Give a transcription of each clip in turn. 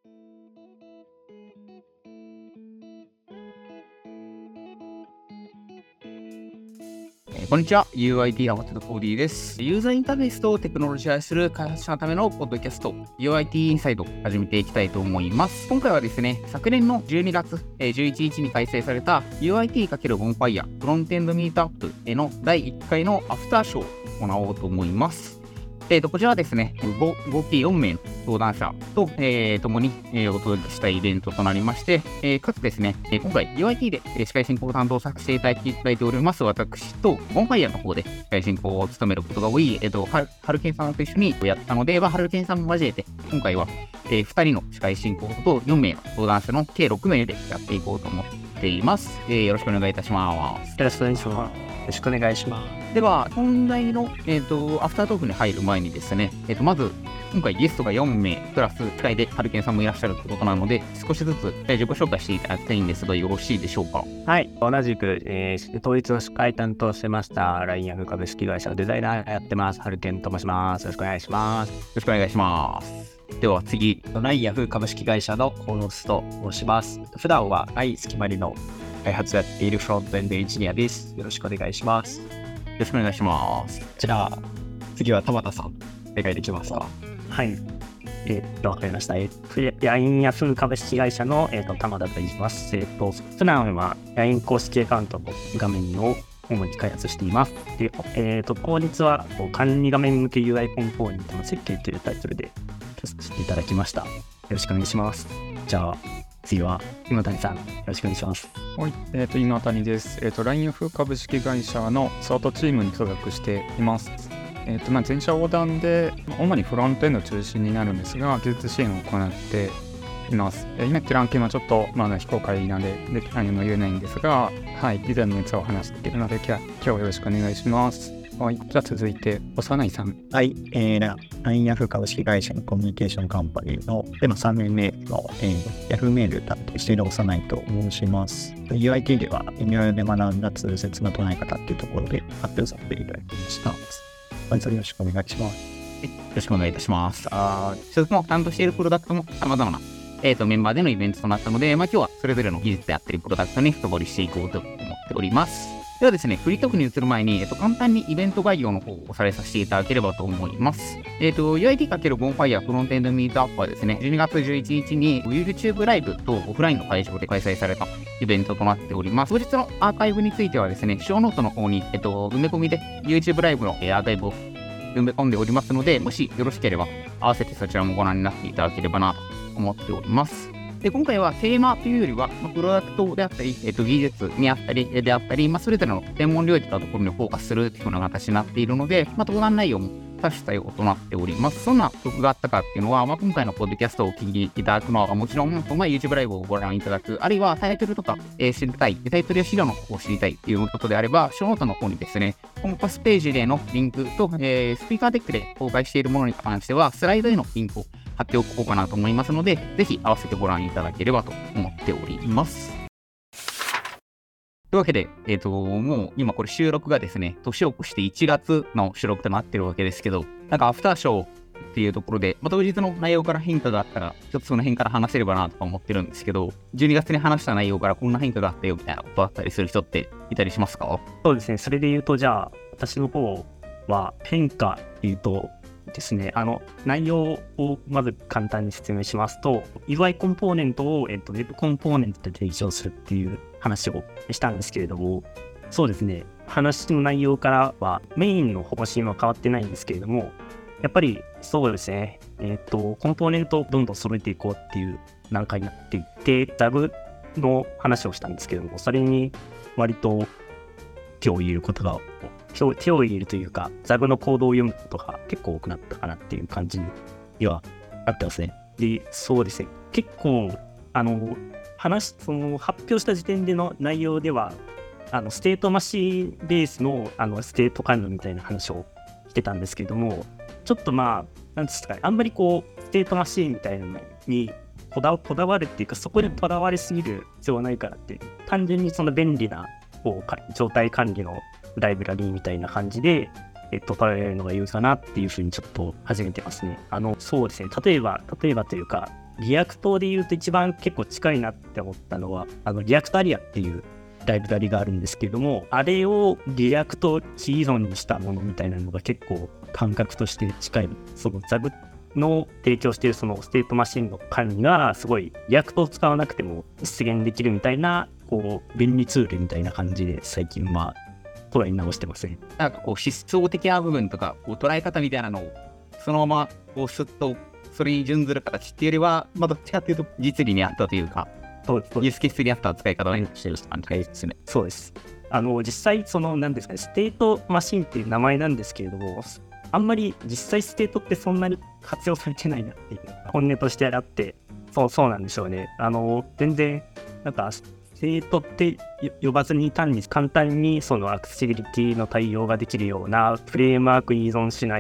こんにちは。UIT アマテド 4D です。ユーザーインターフェースとテクノロジーを愛する開発者のためのポッドキャスト UIT インサイド始めていきたいと思います。今回はですね、昨年の12月11日に開催された UIT× ボンファイアフロントエンドミートアップへの第1回のアフターショーを行おうと思います。こちらはですね、合計4名の登壇者と、共に、お届けしたイベントとなりまして、かつですね、今回 UIT で司会進行を担当させていただいております私と、ボンファイアの方で司会進行を務めることが多い、はるけんさんと一緒にやったので、はるけんさんも交えて、今回は、2人の司会進行と4名の登壇者の計6名でやっていこうと思っています。よろしくお願いいたします。 よろしくお願いします。よろしくお願いします。 では、本題の、アフタートークに入る前にですね、まず、今回ゲストが4名、プラス機械ではるけんさんもいらっしゃるということなので、少しずつ、自己紹介していただきたいんですが、よろしいでしょうか。 はい、同じく、当日の司会担当してました、LINE ヤフー株式会社のデザイナーやってます、はるけんと申します。よろしくお願いします。 よろしくお願いします。では次、 LINE ヤフー株式会社のコノスと申します。普段は愛隙間りの開発をやっているフロントエンドエンジニアです。よろしくお願いします。 よろしくお願いします。 じゃあ、次は田畑さん、お願いできますか。 はい。わかりました。LINE ヤフー株式会社の、玉田と言います。普段は LINE 公式アカウントの画面を主に開発しています。で、当日は管理画面向け UI コンポーネントの設計というタイトルでさせていただきました。よろしくお願いします。じゃあ、次は今谷さん、よろしくお願いします。 はい、今谷です。LINE ヤフー株式会社のソートチームに所属しています。全社横断で主にフロントエンド中心になるんですが、技術支援を行っています。今言ってる案件はちょっとまだ非公開なんで何も言えないんですが、はい、以前のやつを話しているので今日はよろしくお願いします。はい、じゃあ続いて幼いさん。 はい、LINE ヤフー株式会社のコミュニケーションカンパニーの今3年目の、ヤフーメール担当している幼いと申します。UIT では ML で学んだ通説の唱え方っていうところで発表させていただきました。よろしくお願いします。 よろしくお願いいたします。一つも担当しているプロダクトも様々な、メンバーでのイベントとなったので、今日はそれぞれの技術であったりプロダクトに深掘りしていこうと思っております。ではですね、フリートークに移る前に、簡単にイベント概要の方をおさらいさせていただければと思います。UIT× ボンファイアフロントエンドミートアップはですね、12月11日に YouTube ライブとオフラインの会場で開催されたイベントとなっております。当日のアーカイブについてはですね、ショーノートの方に、埋め込みで YouTube ライブのアーカイブを埋め込んでおりますので、もしよろしければ合わせてそちらもご覧になっていただければなと思っております。で、今回はテーマというよりは、プロダクトであったり、技術にあったり、それぞれの専門領域のところにフォーカスするというような形になっているので、登壇内容も多種多様となっております。どんな曲があったかっていうのは、今回のポッドキャストをお聞きいただくのはもちろん、YouTube ライブをご覧いただく、あるいはタイトルとか、知りたい、タイトルや資料の方を知りたいということであれば、ショーノートの方にですね、コンパスページでのリンクと、スピーカーデックで公開しているものに関しては、スライドへのリンクを貼っておこうかなと思いますので、ぜひ合わせてご覧いただければと思っております。というわけで、もう今これ収録がですね、年を越して1月の収録となってるわけですけど、なんかアフターショーっていうところで、当日の内容から変化があったら、ちょっとその辺から話せればなとか思ってるんですけど、12月に話した内容からこんな変化があったよみたいなことあったりする人っていたりしますか？ そうですね、それで言うと、じゃあ、私の方は変化っていうとですね、内容をまず簡単に説明しますと、UI コンポーネントを、Web コンポーネントで提供するっていう話をしたんですけれども、そうですね、話の内容からはメインの方針は変わってないんですけれども、やっぱりそうですね、コンポーネントをどんどん揃えていこうっていう段階になっていって、DAG の話をしたんですけれども、それに割と手を入れるというか、DAG のコードを読むことが結構多くなったかなっていう感じにはあってますね。で、そうですね、結構、その発表した時点での内容では、ステートマシンベースの、ステート管理みたいな話をしてたんですけれども、ちょっとなんですかね、あんまりステートマシンみたいなのにこだわるっていうか、そこにこだわりすぎる必要はないからって、単純にその便利な状態管理のライブラリーみたいな感じで、捉えるのが良いかなっていうふうにちょっと始めてますね。そうですね、例えばというか、 リアクトで言うと一番結構近いなって思ったのは、リアクトアリアっていうライブラリがあるんですけれども、あれをリアクトキー依存にしたものみたいなのが結構感覚として近い。そのザグの提供しているそのステートマシンの管理がすごいリアクトを使わなくても実現できるみたいな、こう便利ツールみたいな感じで最近捉え直してますね。 なんかこう思想的な部分とかこう捉え方みたいなのをそのままこうスッとそれに準ずる形っていうよりは、どっちかっていうと実利にあったというか、ユースケースにあった使い方をしてる感じですね。 そうです。実際何ですかね、ステートマシンっていう名前なんですけれども、あんまり実際ステートってそんなに活用されてないなっていう本音としてあって、そうなんでしょうね。全然なんかステートって呼ばずに単に簡単にそのアクセシビリティの対応ができるようなフレームワークに依存しない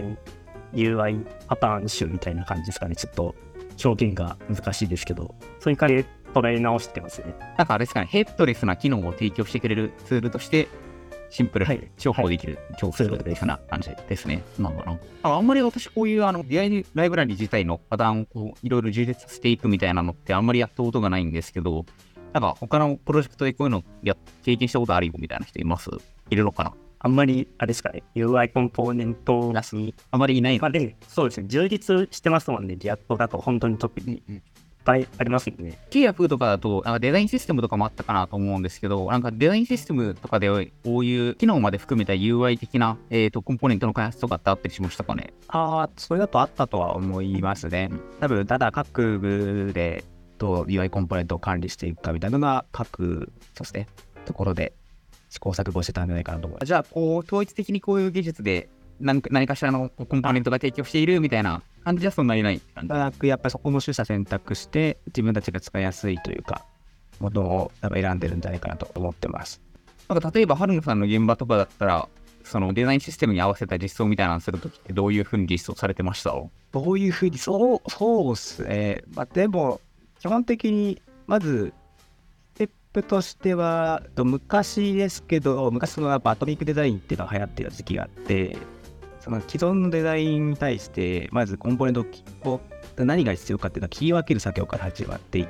UI パターン集みたいな感じですかね。ちょっと表現が難しいですけど、そういう感じで捉え直してますね。 なんかあれですかね、ヘッドレスな機能を提供してくれるツールとしてシンプルに重宝できるツール的な感じですね。あんまり私こういうDI ライブラリ自体のパターンをこういろいろ充実させていくみたいなのってあんまりやったことがないんですけど、なんか他のプロジェクトでこういうの経験したことあるよみたいな人いるのかな？ あんまりあれですかね、UI コンポーネントラスにあまりいないので、そうですね、充実してますもんね、リアクトだと本当に特に。いっぱいありますよね。 キーヤフーとかだとなんかデザインシステムとかもあったかなと思うんですけど、なんかデザインシステムとかでこういう機能まで含めた UI 的な、コンポーネントの開発とかってあったりしましたかね？ それだとあったとは思いますね。多分、ただ各部でどう UI コンポーネントを管理していくかみたいなのが各ところで試行錯誤してたんじゃないかなと思います。 じゃあ、こう統一的にこういう技術で何かしらのコンポーネントが提供しているみたいな感じじゃそんなにない感じ。 やっぱりそこの取捨選択して自分たちが使いやすいというかものを選んでるんじゃないかなと思ってます。 なんか例えば春野さんの現場とかだったらそのデザインシステムに合わせた実装みたいなのをするときってどういうふうに実装されてました？ どういうふうにそうっすね。でも基本的にまずステップとしては昔ですけど、昔のやっぱアトミックデザインっていうのが流行ってた時期があって、その既存のデザインに対してまずコンポーネントを何が必要かっていうのを切り分ける作業から始まっていって、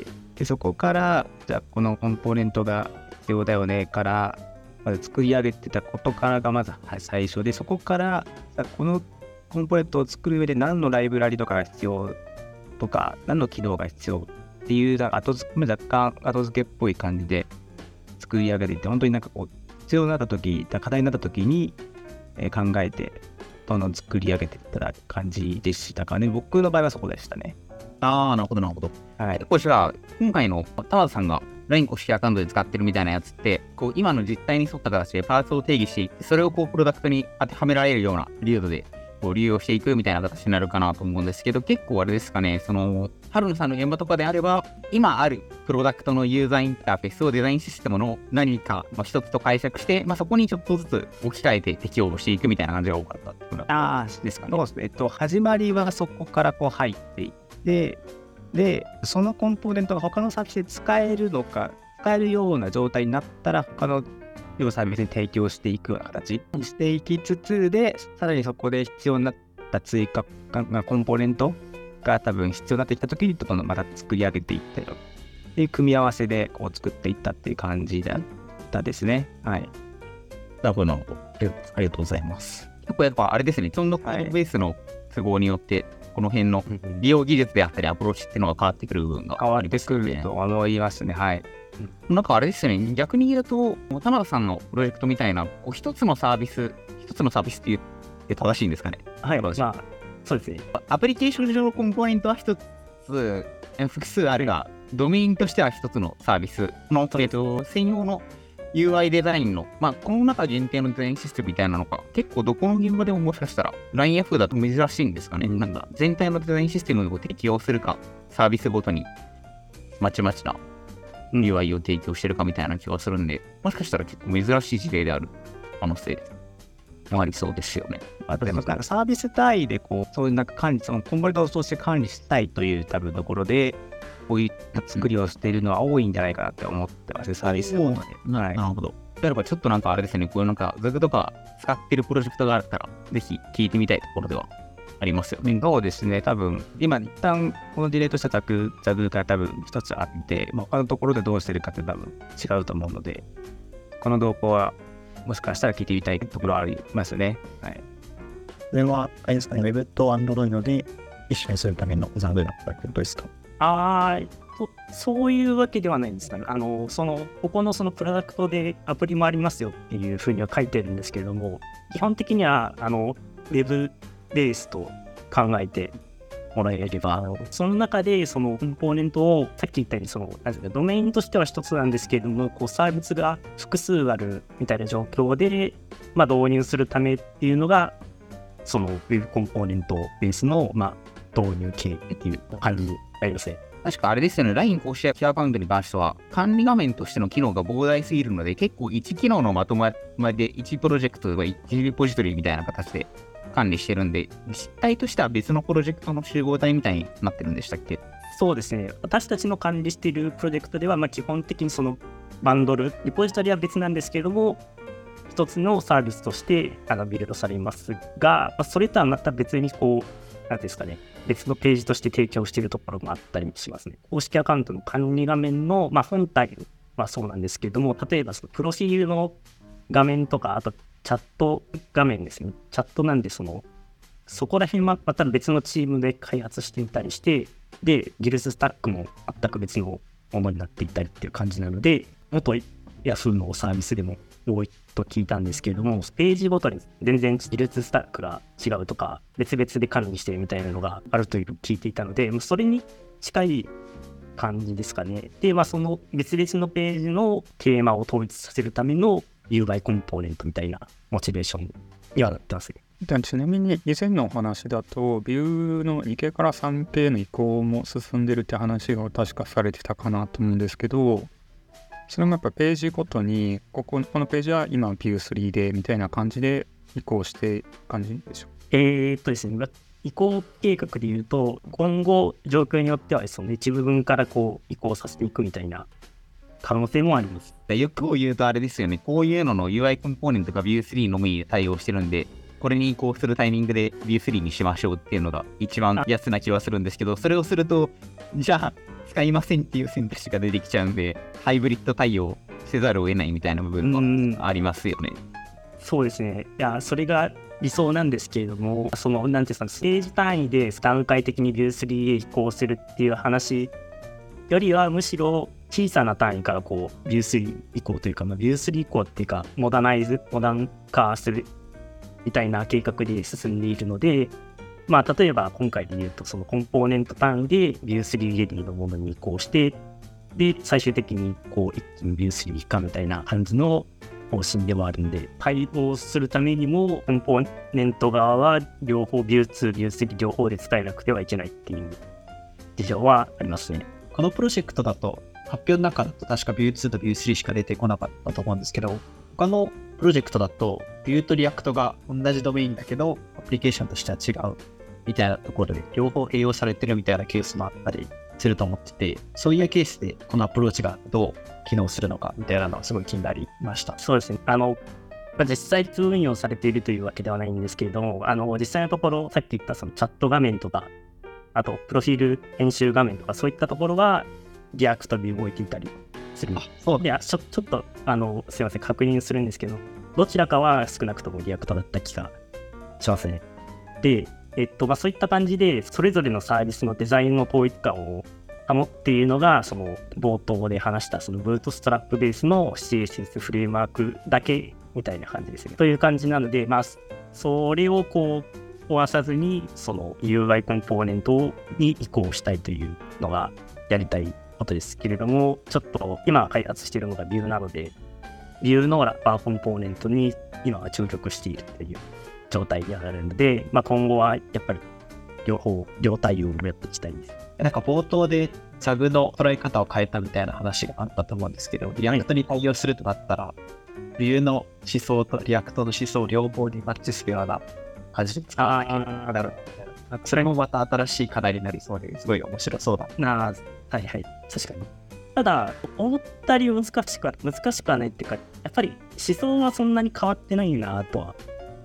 でそこからじゃあこのコンポーネントが必要だよねからまず作り上げてたことからがまず最初で、そこからこのコンポーネントを作る上で何のライブラリとかが必要とか何の機能が必要っていう若干後付けっぽい感じで作り上げていって、本当になんかこう必要になった時課題になった時に考えてどんどん作り上げていった感じでしたかね。僕の場合はそこでしたね。 なるほど。 はい。 こちら今回の田和さんが LINE 公式アカウントで使ってるみたいなやつってこう今の実態に沿った形でパーツを定義していって、それをこうプロダクトに当てはめられるようなリュードでこう利用していくみたいな形になるかなと思うんですけど、結構あれですかね、その春野さんの現場とかであれば今あるプロダクトのユーザーインターフェースをデザインシステムの何か一つと解釈して、そこにちょっとずつ置き換えて適用していくみたいな感じが多かったっていうのですかね。 そうですね。始まりはそこからこう入っていって、でそのコンポーネントが他のサービスで使えるのか使えるような状態になったら他のサービスに提供していくような形にしていきつつで、さらにそこで必要になった追加コンポーネントが多分必要になってきた時にまた作り上げていったよっていう組み合わせでこう作っていったっていう感じだったですね。はい。 なるほど。ありがとうございます。結構やっぱあれですね、そのコードベースの都合によって、この辺の利用技術であったりアプローチっていうのが変わってくる部分が変わってくると思いますね。はい。 なんかあれですよね、逆に言うと、田辺さんのプロジェクトみたいな、一つのサービスって言って正しいんですかね。 はい、そうですね。 アプリケーション上のコンポーネントは一つ、複数あるが、ドメインとしては一つのサービスの、専用の UI デザインの、この中限定のデザインシステムみたいなのが、結構どこの現場でももしかしたら、LINE ヤフーだと珍しいんですかね。なんか全体のデザインシステムを適用するか、サービスごとにまちまちな UI を提供してるかみたいな気がするんで、もしかしたら結構珍しい事例である可能性ありそうですよね。 でもなんかサービス単位でそういう管理、そのコンポーネントを通して管理したいという多分ところで、こういった作りをしているのは多いんじゃないかなって思ってますね、サービスの方で。 なるほど。例えばちょっとあれですね、こういうZoomとか使ってるプロジェクトがあったら、ぜひ聞いてみたいところではあありますよね。 そうですね、多分今一旦このディレイトしたザグが多分一つあって、他のところでどうしてるかって多分違うと思うので、この動向はもしかしたら聞いてみたいところはありますよね。はい。 これは、あれですかね、Web と Android で一緒にするためのザグだったことですか？ そういうわけではないんですかね。ここのそのプロダクトでアプリもありますよっていうふうには書いてるんですけれども、基本的にはWeb ベースと考えてもらえれば、その中でそのコンポーネントをさっき言ったようになんていうか、ドメインとしては一つなんですけれども、こうサービスが複数あるみたいな状況で、導入するためっていうのがその Web コンポーネントベースの導入系っていう感じになりますね。 確かあれですよね、LINE 公式アカウントに関しては、管理画面としての機能が膨大すぎるので、結構1機能のまとまりで1プロジェクトとか1リポジトリみたいな形で管理してるんで、実態としては別のプロジェクトの集合体みたいになってるんでしたっけ？ そうですね。私たちの管理しているプロジェクトでは、基本的にそのバンドル、リポジトリは別なんですけれども、一つのサービスとしてビルドされますが、それとはまた別になんですかね、別のページとして提供しているところもあったりしますね。公式アカウントの管理画面の、本体はそうなんですけれども、例えばそのプロフィールの画面とか、あとチャット画面ですね。チャットなんでそこら辺はまた別のチームで開発していたりして、で、ギルススタックも全く別のものになっていたりっていう感じなので、元Yahooのサービスでも多いと聞いたんですけれども、ページごとに全然ギルススタックが違うとか、別々で管理してるみたいなのがあるという聞いていたので、それに近い感じですかね。で、その別々のページのテーマを統一させるための UI コンポーネントみたいなモチベーションにはなってますね。 ちなみに以前のお話だと、ビューの2系から 3系の移行も進んでるって話が確かされてたかなと思うんですけど、それもやっぱページごとにこのページは今 View3 でみたいな感じで移行していく感じでしょう？ ですね、移行計画でいうと、今後状況によってはその一部分から移行させていくみたいな可能性もあります。 よく言うとあれですよね、こういうのの UI コンポーネントが View3 のみで対応してるんで、これに移行するタイミングで View3 にしましょうっていうのが一番安な気はするんですけど、それをすると、じゃあ使いませんっていう選択肢が出てきちゃうんで、ハイブリッド対応せざるを得ないみたいな部分もありますよね。 そうですね。いや、それが理想なんですけれども、なんていうんですか、ステージ単位で段階的に View3 へ移行するっていう話よりは、むしろ小さな単位からView3 移行というか、View3 移行っていうか、モダン化するみたいな計画で進んでいるので、例えば今回で言うと、そのコンポーネント単位で View3 レディのものに移行して、で、最終的に一気に View3 化みたいな感じの方針ではあるんで、対応するためにも、コンポーネント側は両方 View2、View3 両方で使えなくてはいけないっていう事情はありますね。 このプロジェクトだと、発表の中だと確か View2 と View3 しか出てこなかったと思うんですけど、他のプロジェクトだと Vue と React が同じドメインだけどアプリケーションとしては違うみたいなところで両方併用されてるみたいなケースもあったりすると思ってて、そういうケースでこのアプローチがどう機能するのかみたいなのはすごい気になりました。 そうですね。実際運用されているというわけではないんですけれども、実際のところさっき言ったそのチャット画面とか、あとプロフィール編集画面とかそういったところは React と Vue を置いていたりする。 そういやちょっとすいません、確認するんですけど、どちらかは少なくともリアクトだった気がしますね。で、そういった感じで、それぞれのサービスのデザインの統一感を保っているのが、その冒頭で話したそのブートストラップベースの CSS フレームワークだけみたいな感じですね。という感じなので、それを壊さずに、その UI コンポーネントに移行したいというのがやりたいことですけれども、ちょっと今開発しているのが Vue なので、Vue のラッパーコンポーネントに今は注力しているという状態にあるので、今後はやっぱり両対応をやっていきたいです。 なんか冒頭でタグの捉え方を変えたみたいな話があったと思うんですけど、React に対応するとなったら、Vue の思想と React の思想両方にマッチするような感じで使わなきゃなる。それもまた新しい課題になりそうですごい面白そうだ。 はいはい、確かに。ただ、思ったより難しくはないっていうか、やっぱり思想はそんなに変わってないなとは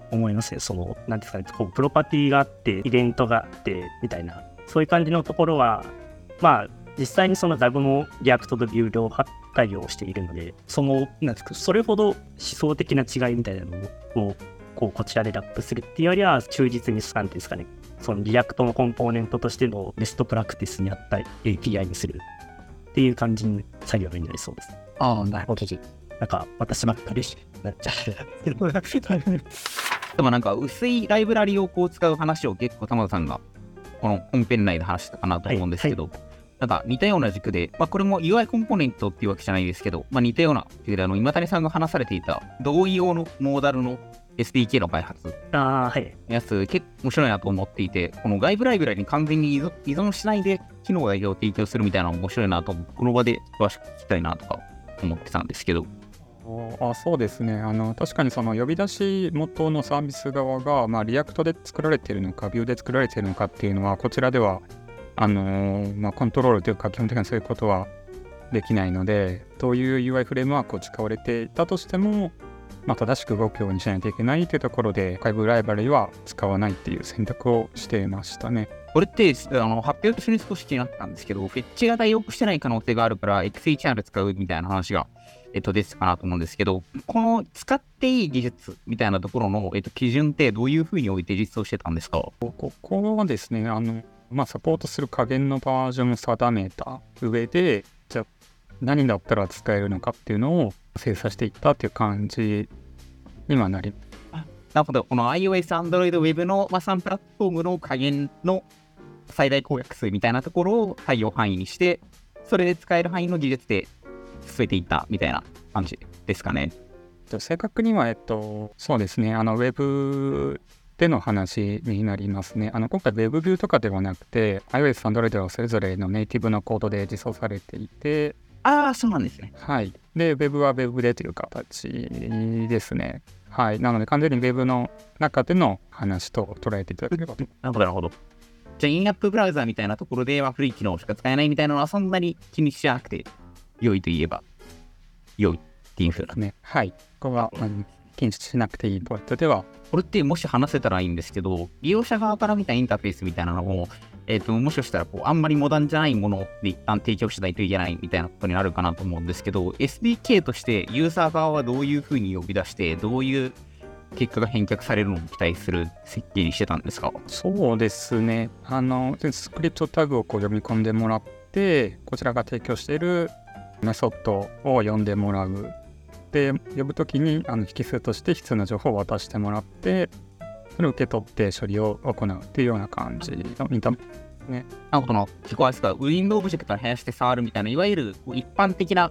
思いますね。なんですかね、こうプロパティがあって、イベントがあって、みたいな、そういう感じのところは、まあ、実際にその Java も React と Vue 両方対応しているので、なんですか、それほど思想的な違いみたいなのを、こちらでラップするっていうよりは、忠実に、なんですかね、その React のコンポーネントとしてのベストプラクティスに合った API にするっていう感じの作業になりそうです。 ああ、なるほど。 なんか、私ばっかりなっちゃう。 でもなんか薄いライブラリをこう使う話を結構玉田さんがこの本編内で話したかなと思うんですけど、なんか似たような軸で、これも UI コンポーネントっていうわけじゃないですけど、似たような軸で今谷さんが話されていた同意用のモーダルの SDK の開発やつ結構面白いなと思っていて、この外部ライブラリに完全に依存しないで機能を提供するみたいなのも面白いなと思って、この場で詳しく聞きたいなとか思ってたんですけど。 そうですね。確かにその呼び出し元のサービス側が、リアクトで作られているのか、Vue で作られているのかっていうのは、こちらでは、コントロールというか、基本的にそういうことはできないので、どういう UI フレームワークを使われていたとしても、正しく動くようにしないといけないというところで、外部ライブラリは使わないっていう選択をしていましたね。 これって発表として少し気になったんですけど、フェッチが対応してない可能性があるから、XHR 使うみたいな話が、出てたかなと思うんですけど、この使っていい技術みたいなところの、基準ってどういうふうに置いて実装してたんですか？ ここはですね、サポートする加減のバージョンを定めた上で、じゃあ何だったら使えるのかっていうのを精査していったっていう感じにはなります。 なるほど。この iOS、Android、Web の、3プラットフォームの加減の最大公約数みたいなところを対応範囲にして、それで使える範囲の技術で進めていったみたいな感じですかね。 正確には、そうですね、Web での話になりますね。今回 WebView とかではなくて、iOS、Android はそれぞれのネイティブのコードで実装されていて、 そうなんですね。 はい。で、Web は Web でという形ですね。はい。なので、完全に Web の中での話と捉えていただければと。 なるほど。じゃあ、インアップブラウザーみたいなところで、古い機能しか使えないみたいなのはそんなに気にしなくて、良いと言えば、良いっていう風なね。はい。ここは、気にしなくていいポイントでは。 これってもし話せたらいいんですけど、利用者側から見たインターフェースみたいなのを、もしかしたらあんまりモダンじゃないもので一旦提供しないといけないみたいなことになるかなと思うんですけど、SDK としてユーザー側はどういう風に呼び出して、どういう結果が返却されるのを期待する設計にしてたんですか？ そうですね。スクリプトタグを読み込んでもらって、こちらが提供しているメソッドを呼んでもらう。で、呼ぶときに引数として必要な情報を渡してもらって、それを受け取って処理を行うっていうような感じのインターね。 結構あれですか、ウィンドウオブジェクトに生やして触るみたいな、いわゆる一般的な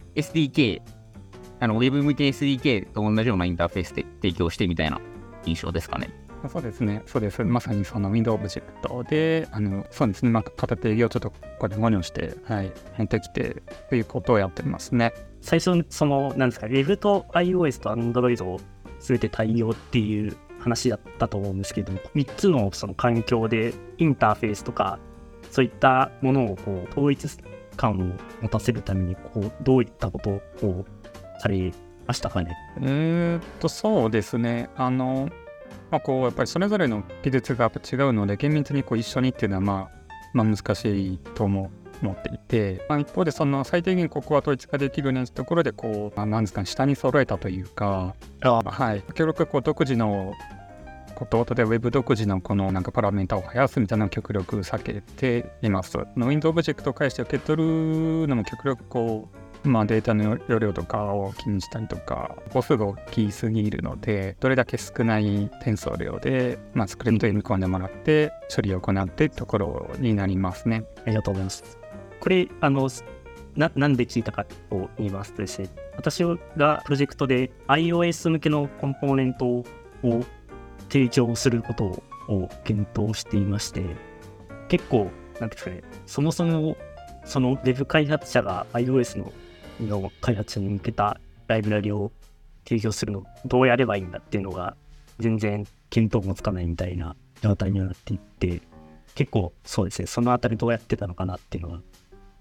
SDK、ウェブ向け SDK と同じようなインターフェースで提供してみたいな印象ですかね。 そうですね。そうです。まさにそのウィンドウオブジェクトで、そうですね。型定義をちょっとここでゴニョして、変ってきてということをやってますね。 最初、なんですか、Web と iOS と Android を全て対応っていう話だったと思うんですけども、3つのその環境でインターフェースとか、そういったものを統一感を持たせるために、どういったことをされましたかね？ そうですね。やっぱりそれぞれの技術が違うので、厳密に一緒にっていうのは難しいと思っていて、一方で最低限ここは統一ができるようなところでなんですかね、下に揃えたというか、極力独自のこと例えば Web 独自のパラメータを生やすみたいなのを極力避けています。Windows オブジェクトを介して受け取るのも極力データの容量とかを気にしたりとか、母数が大きすぎるので、どれだけ少ない転送量で、スクリプトを読み込んでもらって、処理を行ってというところになりますね。 ありがとうございます。これ、なんで聞いたかと言いますとですね、私がプロジェクトで iOS 向けのコンポーネントを提供することを検討していまして、結構、なんですかね、そもそも、その Web 開発者が iOS の開発者に向けたライブラリを提供するのをどうやればいいんだっていうのが全然見当もつかないみたいな状態にはなっていって、結構そうですね、そのあたりどうやってたのかなっていうのは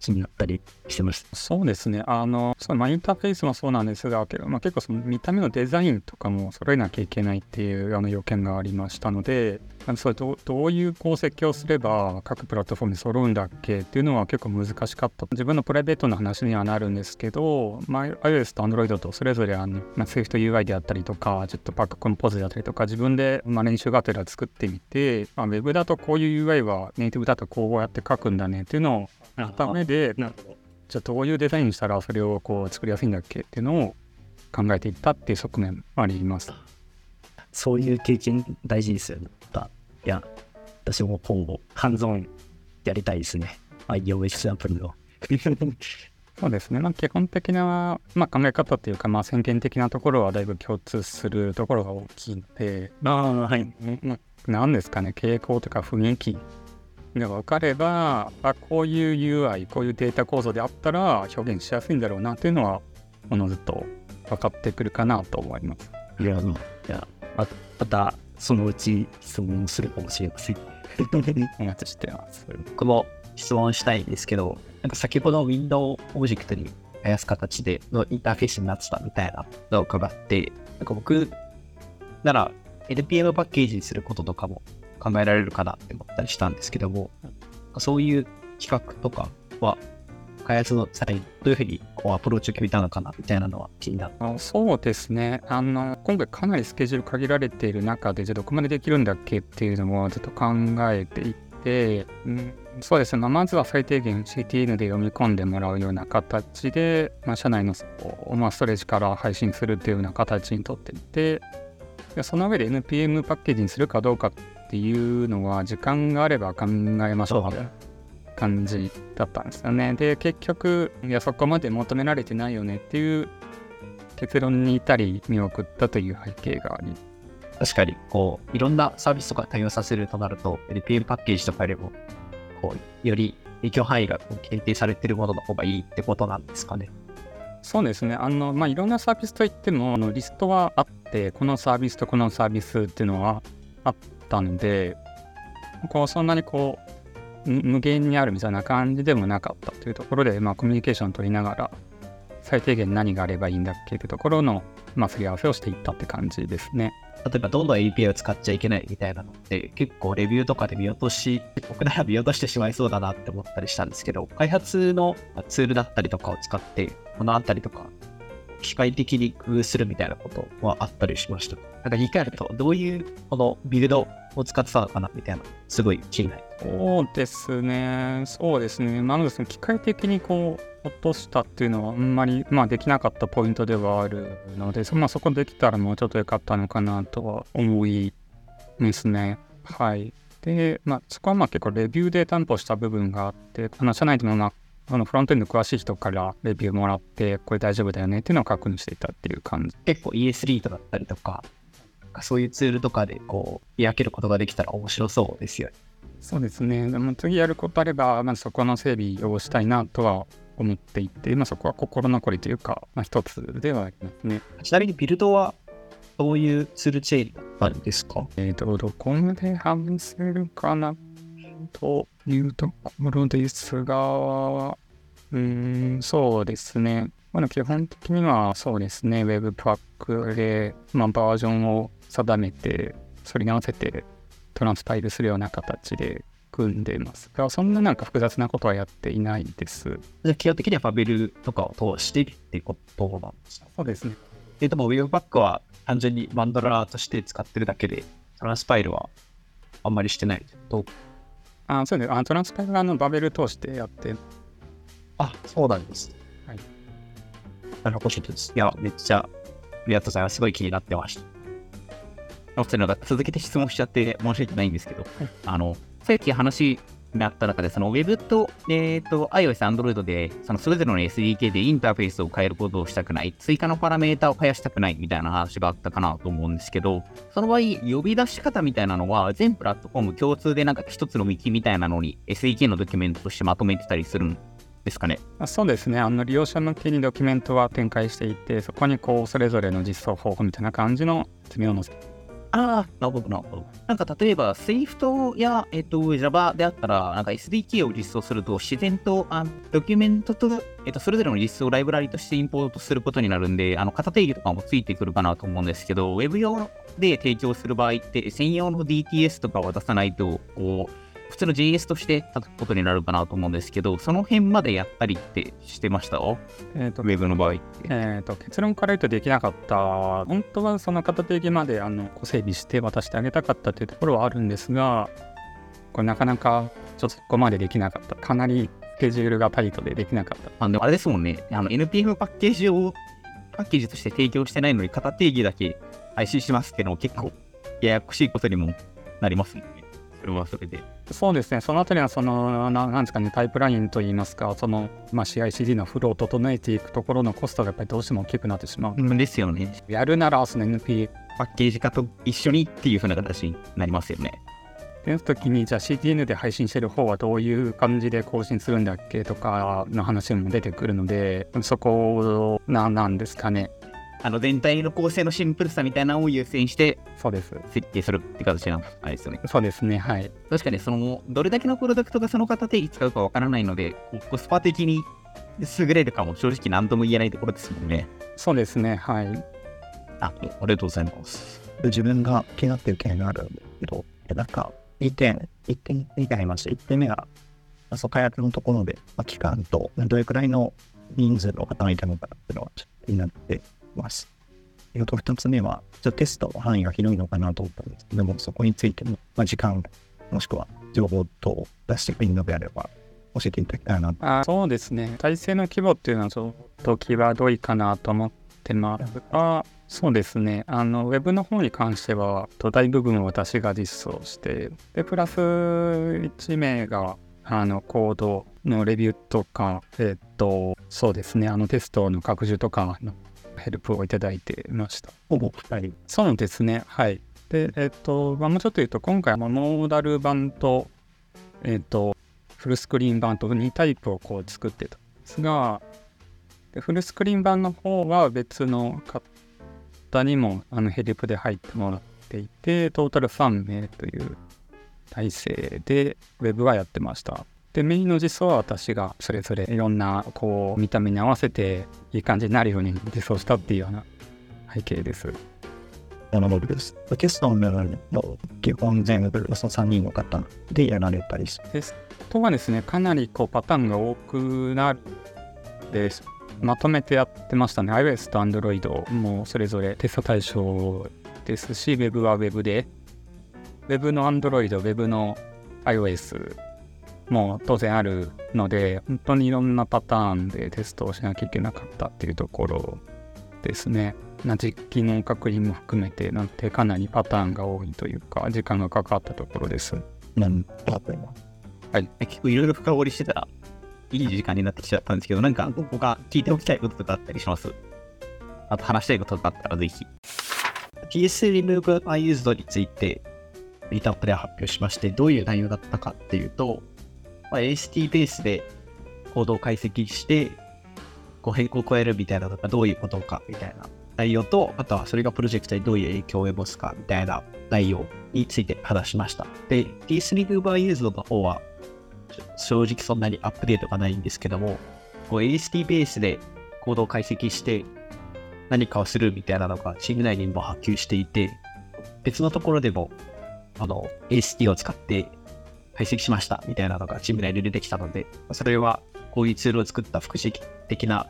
気になったりしてます。 そうですね。インターフェースもそうなんですが、結構その見た目のデザインとかも揃えなきゃいけないっていう要件がありましたので、それどういう設計をすれば各プラットフォームに揃うんだっけっていうのは結構難しかった。自分のプライベートな話にはなるんですけど、iOS と Android とそれぞれSwift UI であったりとか、Jetpack Compose であったりとか、自分で練習がてら作ってみて、Web だとこういう UI はネイティブだとこうやって書くんだねっていうのをやった上で、じゃあどういうデザインにしたらそれを作りやすいんだっけっていうのを考えていったっていう側面あります。 そういう経験大事ですよね。いや、私も今後ハンズオンやりたいですね。iOS アプリの。 そうですね。基本的な、考え方っていうか、先見的なところはだいぶ共通するところが大きいので、 はい。 なんですかね、傾向とか雰囲気が分かれば、こういう UI、こういうデータ構造であったら表現しやすいんだろうなっていうのは、おのずと分かってくるかなと思います。 いや、またそのうち質問するかもしれません。 お待ちしてます。 僕も質問したいんですけど、先ほど Windows オブジェクトに返す形でのインターフェースになってたみたいなのを伺って、僕なら NPM パッケージにすることとかも考えられるかなって思ったりしたんですけども、そういう企画とかは開発の際にどういうふうにアプローチを決めたのかなみたいなのは気になる。 そうですね。今回かなりスケジュール限られている中で、じゃあどこまでできるんだっけっていうのをずっと考えていて、そうですね。まずは最低限 CTN で読み込んでもらうような形で、社内のストレージから配信するっていうような形にとっていて、その上で NPM パッケージにするかどうかっていうのは時間があれば考えましょうみたいな感じだったんですよね。で、結局、そこまで求められてないよねっていう結論に至り見送ったという背景があり。 確かに、いろんなサービスとか対応させるとなると、NPM パッケージとかよりも、より影響範囲が限定されているものの方がいいってことなんですかね。 そうですね。いろんなサービスといっても、リストはあって、このサービスとこのサービスっていうのはあったので、そんなに無限にあるみたいな感じでもなかったというところで、コミュニケーションを取りながら、最低限何があればいいんだっけというところの、すり合わせをしていったって感じですね。 例えば、どんどん API を使っちゃいけないみたいなのって、結構レビューとかで僕なら見落としてしまいそうだなって思ったりしたんですけど、開発のツールだったりとかを使って、このあたりとか、機械的に工夫するみたいなことはあったりしました。言い換えると、どういうこのビルドを使ってたのかなみたいな、すごい気になる。 そうですね。機械的に落としたっていうのはあんまり、できなかったポイントではあるので、そこできたらもうちょっと良かったのかなとは思いますね。はい。で、そこは結構レビューで担保した部分があって、社内でもフロントエンド詳しい人からレビューもらって、これ大丈夫だよねっていうのを確認していたっていう感じ。 結構 ES リートだったりとか、そういうツールとかで見分けることができたら面白そうですよね。 そうですね。でも次やることあれば、そこの整備をしたいなとは思っていて、そこは心残りというか、一つではありますね。 ちなみにビルドはどういうツールチェーンだったんですか？ どこまで話せるかなというところですが、そうですね。基本的にはそうですね、Webpack で、バージョンを定めて、それに合わせてトランスパイルするような形で組んでいますが、そんな複雑なことはやっていないです。 じゃあ基本的にはファベルとかを通してっていうことなんですか？ そうですね。 でも Webpack は単純にバンドラーとして使ってるだけで、トランスパイルはあんまりしてないと。 そうです。トランスパイルはバベル通してやって。 そうなんです。 はい。 なるほどです。いや、めっちゃありがとうございます。すごい気になってました。 続けて質問しちゃって申し訳ないんですけど、さっき話にあった中で、Web と、iOS、Android で、それぞれの SDK でインターフェースを変えることをしたくない、追加のパラメータを増やしたくないみたいな話があったかなと思うんですけど、その場合、呼び出し方みたいなのは、全プラットフォーム共通で一つの道みたいなのに SDK のドキュメントとしてまとめてたりするんですかね？ そうですね。利用者向けにドキュメントは展開していて、そこにそれぞれの実装方法みたいな感じの積みを載せてなるほど、なるほど。なんか例えば、Swift や、Java であったら、なんか SDK を実装すると、自然とドキュメントと、それぞれの実装ライブラリとしてインポートすることになるんで、型定義とかもついてくるかなと思うんですけど、Web 用で提供する場合って、専用の DTS とかを渡さないと、普通の JS として叩くことになるかなと思うんですけど、その辺までやったりってしてましたWeb の場合って。 結論から言うとできなかった。本当はその型定義までご整備して渡してあげたかったというところはあるんですが、これなかなかちょっとそこまでできなかった。かなりスケジュールがタイトでできなかった。 でもあれですもんね、NPM パッケージとして提供してないのに型定義だけ配信しますけど、結構ややこしいことにもなりますよね。それはそれで。 そうですね、そのあたりはなんですかね、パイプラインといいますか、CI/CD のフローを整えていくところのコストがやっぱりどうしても大きくなってしまう。 ですよね。 やるならその NP パッケージ化と一緒にっていう風な形になりますよね。 で、その時にじゃあ CDN で配信してる方はどういう感じで更新するんだっけとかの話も出てくるので、そこなんですかね。 全体の構成のシンプルさみたいなのを優先してそうです設計するって形なんですよね。 そうですね、はい。 確かにどれだけのプロダクトがその型定義使うかわからないので、コスパ的に優れるかも正直何とも言えないところですもんね。 そうですね、はい。 ありがとうございます。 自分が気になってる件があるんですけど、なんか1点ありまして、1点目が、開発のところで、期間とどれくらいの人数の方がいたのかっていうのがちょっと気になってます。2つ目は、テストの範囲が広いのかなと思ったんですけども、そこについても、時間、もしくは情報等出してくれるのであれば、教えていただきたいな。 そうですね、体制の規模っていうのはちょっと際どいかなと思ってますが、そうですね、ウェブの方に関しては、大部分を私が実装して、で、プラス1名が、コードのレビューとか、そうですね、テストの拡充とかのヘルプをいただいていました。 ほぼ2人。 そうですね、はい。で、もうちょっと言うと、今回はモーダル版と、フルスクリーン版と2タイプを作ってたんですが、でフルスクリーン版の方は別の方にもヘルプで入ってもらっていて、トータル3名という体制で Web はやってました。で、メインの実装は私がそれぞれいろんな見た目に合わせていい感じになるように実装したっていうような背景です。 なるほどです。テストのメモの基本全部その3人の方でやられたりする。 テストはですね、かなりパターンが多くなるで、まとめてやってましたね。iOS と Android もそれぞれテスト対象ですし、Web は Web で、Web の Android、Web の iOSも当然あるので、本当にいろんなパターンでテストをしなきゃいけなかったっていうところですね。実機の確認も含めて、かなりパターンが多いというか、時間がかかったところです。 はい。結構いろいろ深掘りしてたら、いい時間になってきちゃったんですけど、なんか他聞いておきたいこととかあったりします？あと話したいこととかあったらぜひ。 TS Remove Unused について、ミートアップで発表しまして、どういう内容だったかっていうと、AST ベースでコードを解析して、変更を加えるみたいなのがどういうことかみたいな内容と、あとはそれがプロジェクトにどういう影響を及ぼすかみたいな内容について話しました。で、TS Remove Unused の方は、正直そんなにアップデートがないんですけども、AST ベースでコードを解析して何かをするみたいなのがチーム内にも波及していて、別のところでもAST を使って解析しましたみたいなのがチーム内で出てきたので、それはこういうツールを作った副次的な、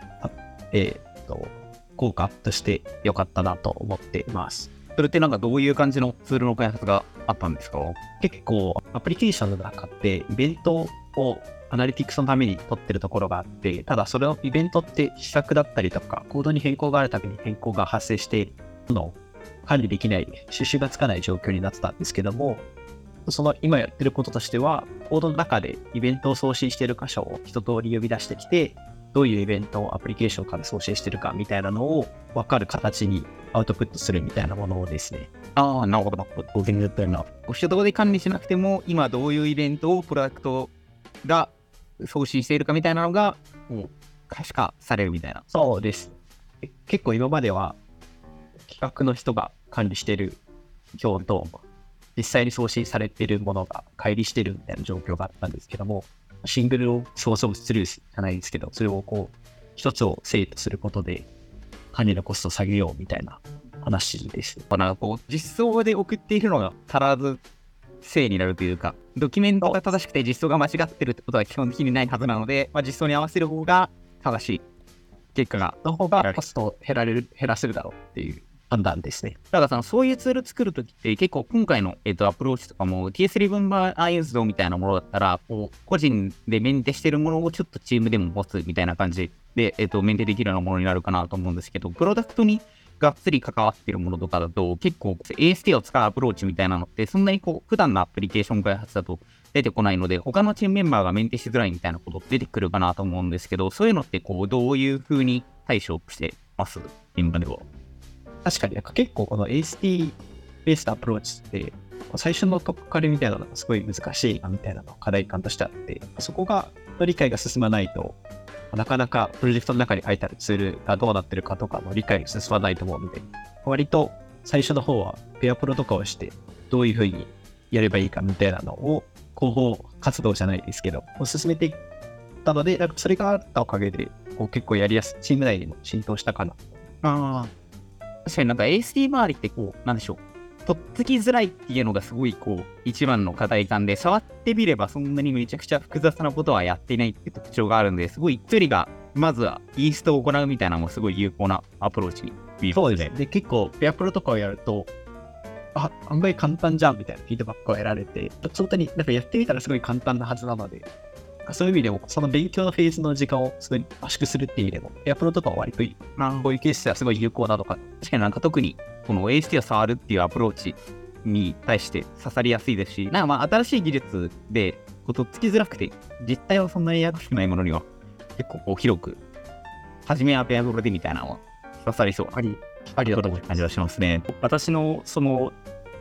効果として良かったなと思っています。 それってなんかどういう感じのツールの開発があったんですか？ 結構アプリケーションの中ってイベントをアナリティクスのために取ってるところがあって、ただそれのイベントって施策だったりとか、コードに変更があるたびに変更が発生して、管理できない、収集がつかない状況になってたんですけども、その今やってることとしては、コードの中でイベントを送信している箇所を一通り呼び出してきて、どういうイベントをアプリケーションから送信しているかみたいなのを分かる形にアウトプットするみたいなものですね。 なるほど。一通り管理しなくても、今どういうイベントをプロダクトが送信しているかみたいなのが、可視化されるみたいな。 そうです。結構今までは企画の人が管理している表と実際に送信されているものが乖離してるみたいな状況があったんですけども、シングルを操作スルーじゃないですけど、それをこう一つをセイトすることで管理のコストを下げようみたいな話です。 なんかこう実装で送っているのが足らず正になるというか、ドキュメントが正しくて実装が間違ってるってことは基本的にないはずなので、実装に合わせる方が正しい結果がの方がコストを減らせるだろうっていう判断ですね。 だからそういうツール作るときって結構今回の、アプローチとかも TS 分バインズドみたいなものだったら、こう個人でメンテしてるものをちょっとチームでも持つみたいな感じで、メンテできるようなものになるかなと思うんですけど、プロダクトにがっつり関わっているものとかだと結構 AST を使うアプローチみたいなのってそんなにこう普段のアプリケーション開発だと出てこないので、他のチームメンバーがメンテしづらいみたいなこと出てくるかなと思うんですけど、そういうのってこうどういう風に対処してます現場では？ 確かに結構この AST ベースのアプローチって最初の取っかかりみたいなのがすごい難しいなみたいなのが課題感としてあって、そこが理解が進まないとなかなかプロジェクトの中に書いてあるツールがどうなってるかとかの理解が進まないと思うので、割と最初の方はペアプロとかをしてどういうふうにやればいいかみたいなのを広報活動じゃないですけど進めていったので、それがあったおかげで結構やりやすい、チーム内にも浸透したかな。 確かになんか AST 周りってこう、なんでしょう、とっつきづらいっていうのがすごいこう、一番の課題感で、触ってみればそんなにめちゃくちゃ複雑なことはやっていないっていう特徴があるんで、すごい一人がまずはイーストを行うみたいなのもすごい有効なアプローチに見えますね。 そうですね。で、結構ペアプロとかをやると、案外簡単じゃんみたいなフィードバックを得られて、本当になんかやってみたらすごい簡単なはずなので、そういう意味でも、その勉強のフェーズの時間をすごい圧縮するっていう意味でも、ペアプロとかは割といい。こういうケースではすごい有効なのかな。 確かになんか特にこの AST を触るっていうアプローチに対して刺さりやすいですし、なんか新しい技術でとっつきづらくて、実態はそんなにややこしくないものには結構こう広く、初めはペアプロでみたいなのは刺さりそう。ありだと思う感じはしますね。 私のその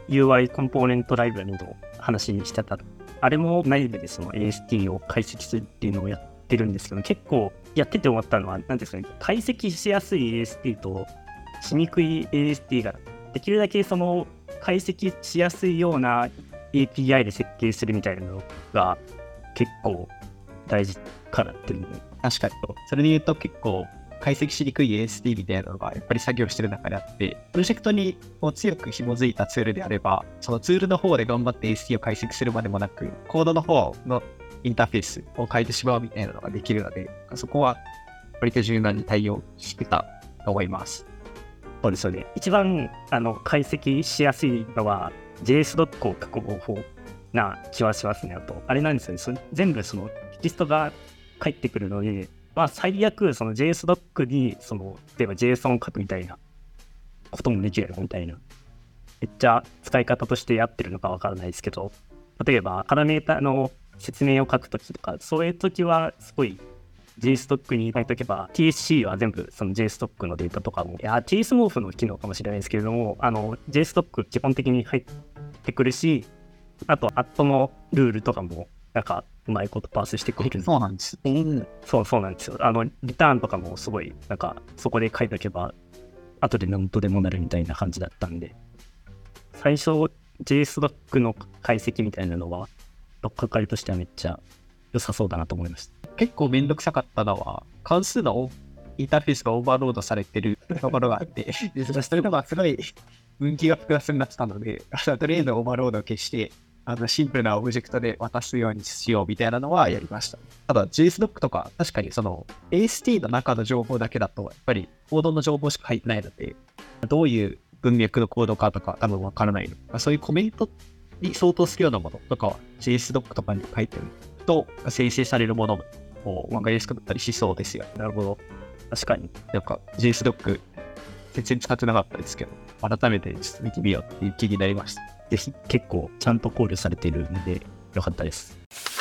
UI コンポーネントライブラリの話にしてた、あれも内部でその AST を解析するっていうのをやってるんですけど、結構やってて思ったのは、何ですかね、解析しやすい AST としにくい AST が、できるだけその解析しやすいような API で設計するみたいなのが結構大事かなっていうの。 確かに。それで言うと結構解析しにくい AST みたいなのがやっぱり作業してる中であって、プロジェクトに強く紐づいたツールであれば、そのツールの方で頑張って AST を解析するまでもなく、コードの方のインターフェースを変えてしまうみたいなのができるので、そこは割と柔軟に対応してたと思います。 そうですよね。一番解析しやすいのは JS ドックを書く方法な気はしますね。あと、あれなんですよね。全部そのテキストが返ってくるので、最悪その JS ドックに例えば JSON を書くみたいなこともできるみたいな。めっちゃ使い方として合ってるのかわからないですけど、例えばパラメータの説明を書くときとか、そういうときはすごい JS ドックに書いておけば、TSC は全部その JS ドックのデータとかも、TS モーフの機能かもしれないですけれども、JS ドック基本的に入ってくるし、あと、のルールとかも、なんか、うまいことパースしてくれる。 そうなんです。 そうなんですよ。リターンとかもすごい、なんか、そこで書いておけば、後で何とでもなるみたいな感じだったんで、最初、JS ドックの解析みたいなのは、取っかかりとしてはめっちゃ良さそうだなと思いました。 結構めんどくさかったのは、関数のインターフェースがオーバーロードされてるところがあって、それのがすごい分岐が複雑になってたので、とりあえずオーバーロードを消して、シンプルなオブジェクトで渡すようにしようみたいなのはやりました。ただ JSDoc とか確かにその AST の中の情報だけだとやっぱりコードの情報しか入ってないので、どういう文脈のコードかとか多分わからないの。そういうコメントに相当するようなものとかは JSDoc とかに書いてると生成されるものも分かりやすくなったりしそうですよ。 なるほど。確かに。 なんか JSDoc 全然使ってなかったですけど、改めてちょっと見てみようっていう気になりました。 ぜひ結構ちゃんと考慮されているのでよかったです。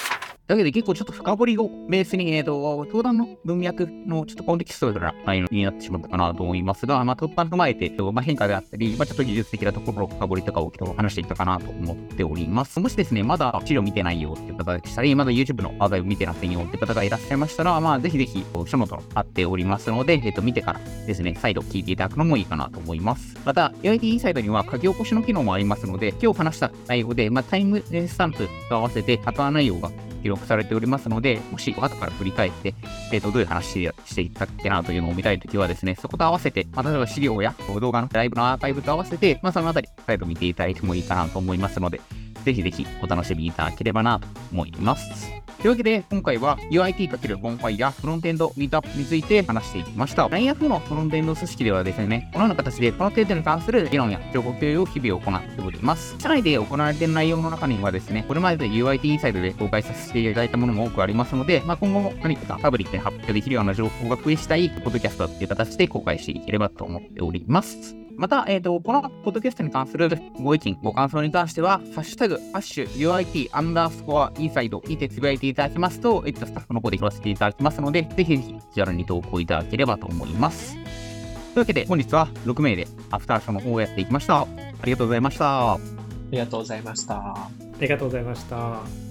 だけど結構ちょっと深掘りをベースに、登壇の文脈のちょっとコンテキストがないのになってしまったかなと思いますが、突破を踏まえて、変化であったり、ちょっと技術的なところの深掘りとかを話していったかなと思っております。もしですね、まだ資料見てないよっていう方でしたり、まだ YouTube のアーカイブ見てませんよっていう方がいらっしゃいましたら、ぜひぜひ、書ノート貼っておりますので、見てからですね、再度聞いていただくのもいいかなと思います。また、UIT インサイドには書き起こしの機能もありますので、今日話した内容で、タイムスタンプと合わせて、カター内容が記録されておりますので、もし後から振り返って、どういう話していったっけなというのを見たいときはですね、そこと合わせて、例えば資料や動画のライブのアーカイブと合わせて、そのあたり、再度見ていただいてもいいかなと思いますので、ぜひぜひお楽しみいただければなと思います。というわけで、今回は UIT× ボンファイやフロントエンドミートアップについて話していきました。LINE ヤフーのフロントエンド組織ではですね、このような形でこの程度に関する議論や情報共有を日々行っております。社内で行われている内容の中にはですね、これまで UIT インサイドで公開させていただいたものも多くありますので、今後も何かパブリックに発表できるような情報が増えしたいポッドキャストという形で公開していければと思っております。また、このポッドキャストに関するご意見、ご感想に関しては、ハッシュタグ、#UIT_inside にてつぶやいていただきますと、スタッフの方で拾わせていただきますので、ぜひぜひ、こちらに投稿いただければと思います。というわけで、本日は6名でアフターショーの方をやっていきました。ありがとうございました。 ありがとうございました。 ありがとうございました。